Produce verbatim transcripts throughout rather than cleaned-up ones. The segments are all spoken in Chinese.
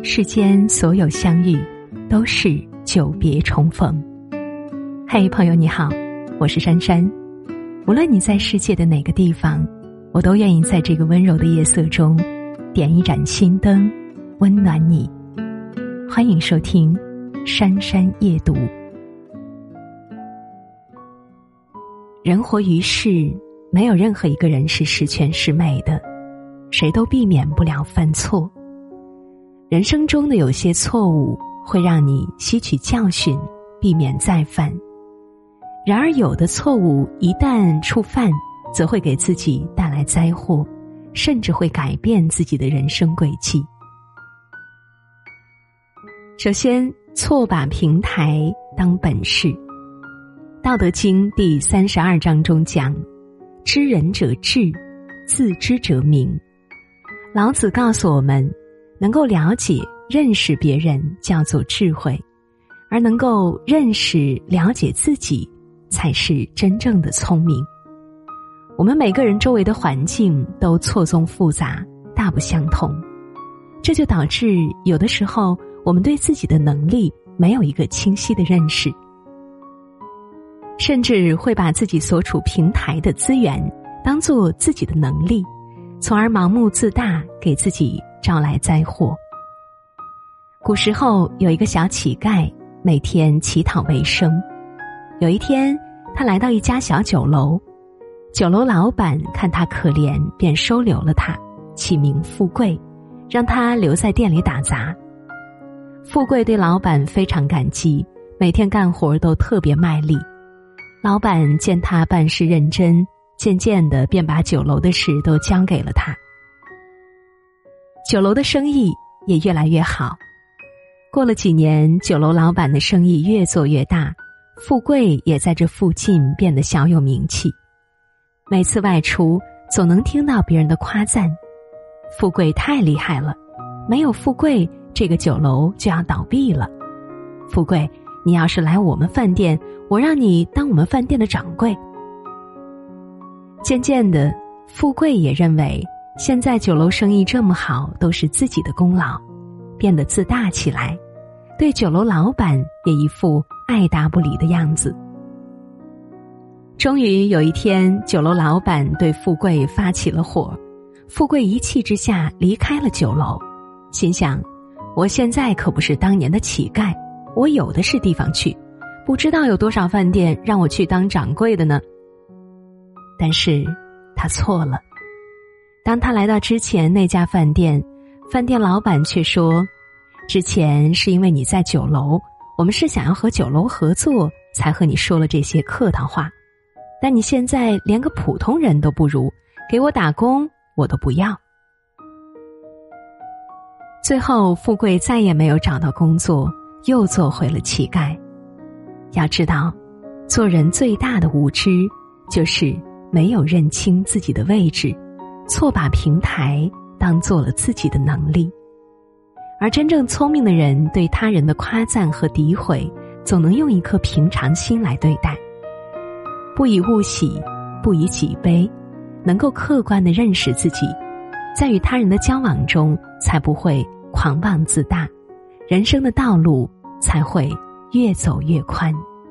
世间所有相遇，都是久别重逢。嘿，朋友你好，我是珊珊。无论你在世界的哪个地方，我都愿意在这个温柔的夜色中点一盏心灯，温暖你。欢迎收听珊珊夜读。人活于世，没有任何一个人是十全十美的，谁都避免不了犯错。人生中的有些错误会让你吸取教训，避免再犯。然而有的错误一旦触犯，则会给自己带来灾祸，甚至会改变自己的人生轨迹。首先，错把平台当本事。道德经第三十二章中讲，知人者智，自知者明。老子告诉我们，能够了解认识别人叫做智慧，而能够认识了解自己才是真正的聪明。我们每个人周围的环境都错综复杂，大不相同，这就导致有的时候我们对自己的能力没有一个清晰的认识，甚至会把自己所处平台的资源当作自己的能力，从而盲目自大，给自己招来灾祸。古时候有一个小乞丐，每天乞讨为生。有一天，他来到一家小酒楼，酒楼老板看他可怜，便收留了他，起名富贵，让他留在店里打杂。富贵对老板非常感激，每天干活都特别卖力。老板见他办事认真，渐渐的便把酒楼的事都交给了他。酒楼的生意也越来越好。过了几年，酒楼老板的生意越做越大，富贵也在这附近变得小有名气。每次外出，总能听到别人的夸赞，富贵太厉害了，没有富贵，这个酒楼就要倒闭了。富贵，你要是来我们饭店，我让你当我们饭店的掌柜。渐渐的，富贵也认为现在酒楼生意这么好，都是自己的功劳，变得自大起来，对酒楼老板也一副爱答不理的样子。终于有一天，酒楼老板对富贵发起了火，富贵一气之下离开了酒楼，心想，我现在可不是当年的乞丐，我有的是地方去，不知道有多少饭店让我去当掌柜的呢。但是他错了。当他来到之前那家饭店，饭店老板却说，之前是因为你在酒楼，我们是想要和酒楼合作，才和你说了这些客套话，但你现在连个普通人都不如，给我打工我都不要。最后富贵再也没有找到工作，又做回了乞丐。要知道，做人最大的无知，就是没有认清自己的位置，错把平台当做了自己的能力。而真正聪明的人，对他人的夸赞和诋毁，总能用一颗平常心来对待，不以物喜，不以己悲，能够客观地认识自己，在与他人的交往中才不会狂妄自大，人生的道路才会越走越宽。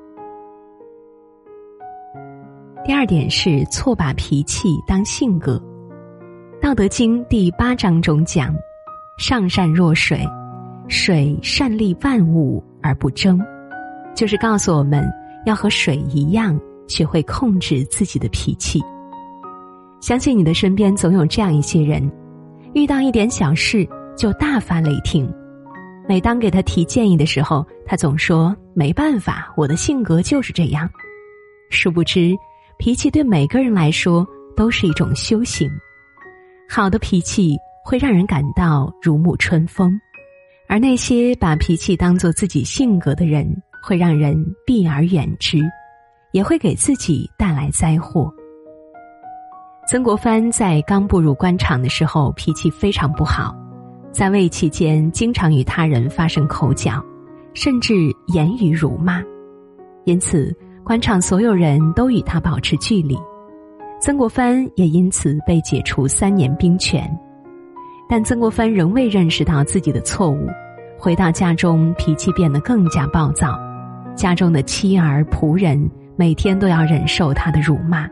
第二点是错把脾气当性格。道德经第八章中讲，上善若水，水善利万物而不争，就是告诉我们要和水一样，学会控制自己的脾气。相信你的身边总有这样一些人，遇到一点小事就大发雷霆，每当给他提建议的时候，他总说没办法，我的性格就是这样。殊不知，脾气对每个人来说都是一种修行。好的脾气会让人感到如沐春风，而那些把脾气当作自己性格的人，会让人避而远之，也会给自己带来灾祸。曾国藩在刚步入官场的时候，脾气非常不好，在位期间经常与他人发生口角，甚至言语辱骂，因此官场所有人都与他保持距离。曾国藩也因此被解除三年兵权。 但曾国藩仍未认识到自己的错误，回到家中脾气变得更加暴躁，家中的妻儿仆人每天都要忍受他的辱骂。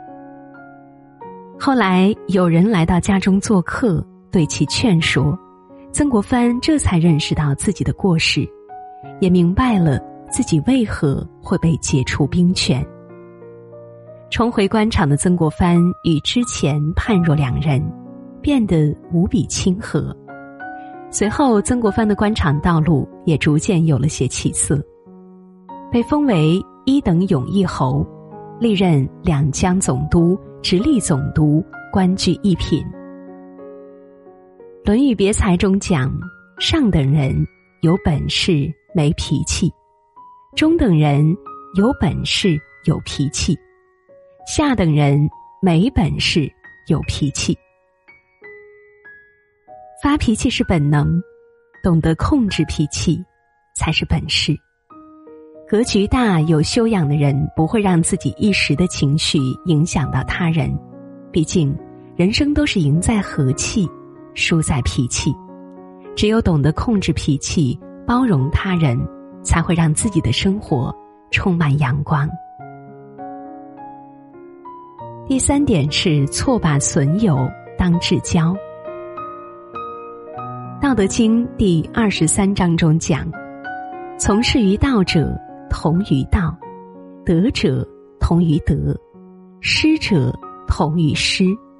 后来有人来到家中做客，对其劝说，曾国藩这才认识到自己的过失，也明白了自己为何会被解除兵权。重回官场的曾国藩与之前判若两人，变得无比亲和。随后曾国藩的官场道路也逐渐有了些起色，被封为一等永义侯，历任两江总督、直隶总督，官居一品。《论语别裁》中讲，上等人有本事没脾气，中等人有本事有脾气，下等人没本事有脾气。发脾气是本能，懂得控制脾气才是本事。格局大有修养的人不会让自己一时的情绪影响到他人，毕竟人生都是赢在和气，输在脾气。只有懂得控制脾气，包容他人，才会让自己的生活充满阳光。第三点是错把损友当至交。道德经第二十三章中讲，从事于道者同于道，得者同于得，失者同于失。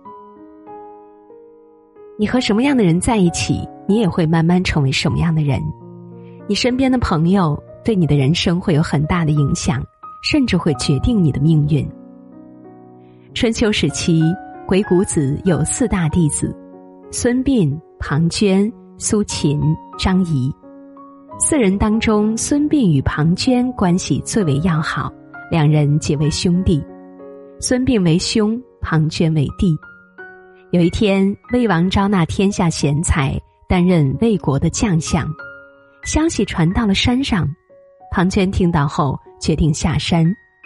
你和什么样的人在一起，你也会慢慢成为什么样的人。你身边的朋友对你的人生会有很大的影响，甚至会决定你的命运。春秋时期，鬼谷子有四大弟子：孙膑、庞涓、苏秦、张仪。四人当中，孙膑与庞涓关系最为要好，两人结为兄弟。孙膑为兄，庞涓为弟。有一天，魏王招纳天下贤才，担任魏国的将相。消息传到了山上，庞涓听到后决定下山，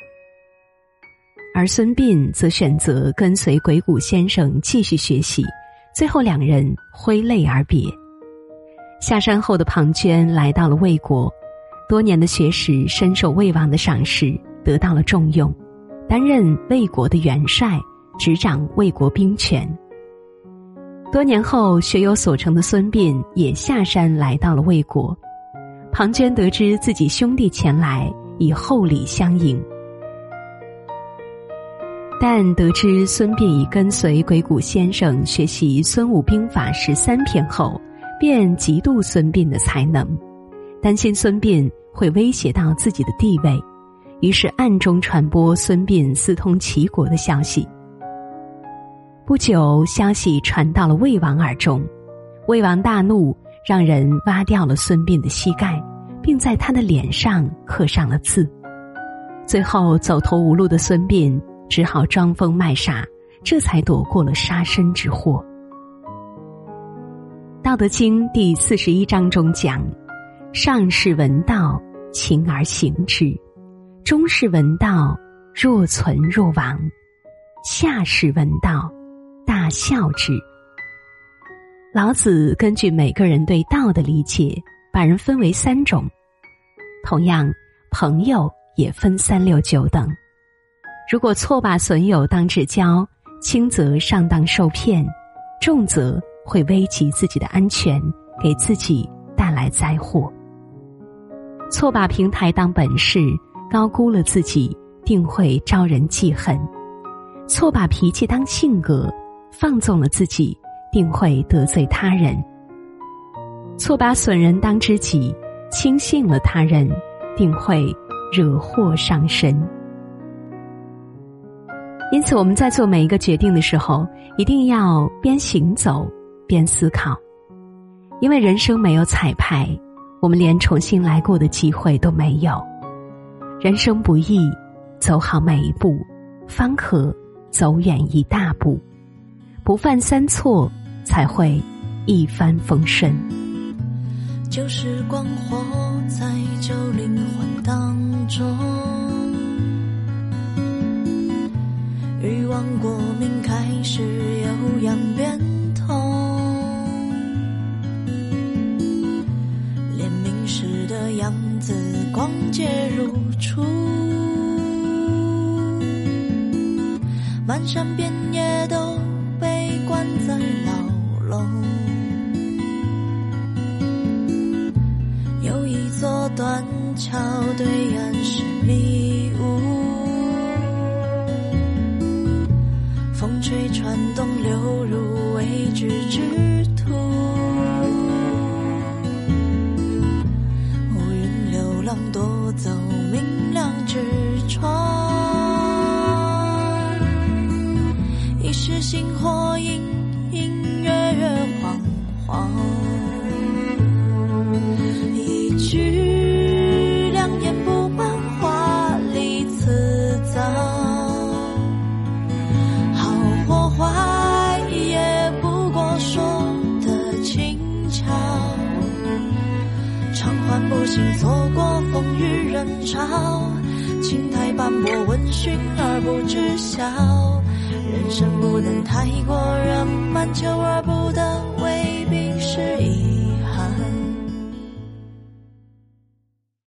而孙膑则选择跟随鬼谷先生继续学习，最后两人挥泪而别。下山后的庞涓来到了魏国，多年的学识深受魏王的赏识，得到了重用，担任魏国的元帅，执掌魏国兵权。多年后，学有所成的孙膑也下山来到了魏国。庞涓得知自己兄弟前来，以厚礼相迎，但得知孙膑已跟随鬼谷先生学习孙武兵法十三篇后，便嫉妒孙膑的才能，担心孙膑会威胁到自己的地位，于是暗中传播孙膑私通齐国的消息。不久，消息传到了魏王耳中，魏王大怒，让人挖掉了孙膑的膝盖，并在他的脸上刻上了字。最后走投无路的孙膑只好装疯卖傻，这才躲过了杀身之祸。道德经第四十一章中讲，上士闻道，勤而行之；中士闻道，若存若亡；下士闻道，大笑之。老子根据每个人对道的理解，把人分为三种。同样，朋友也分三六九等。如果错把损友当至交，轻则上当受骗，重则会危及自己的安全，给自己带来灾祸。错把平台当本事，高估了自己，定会招人记恨；错把脾气当性格，放纵了自己，定会得罪他人；错把损人当知己，轻信了他人，定会惹祸伤身。因此我们在做每一个决定的时候，一定要边行走边思考，因为人生没有彩排，我们连重新来过的机会都没有。人生不易，走好每一步，方可走远一大步。不犯三错，才会一帆风顺。 旧时光活在旧灵魂当中，欲望过敏开始有样变通。 子光洁如初，漫山遍野都被关在牢笼。有一座断桥对岸是迷雾，风吹船动流入未知之途。乌云流浪夺走明亮之窗，一时星火隐隐约约晃晃，一句良言不满华丽辞藻，好或坏也不过说得轻巧，偿还不幸错过风雨人潮，青苔斑驳闻讯而不知晓，人生不能太过人满求而不得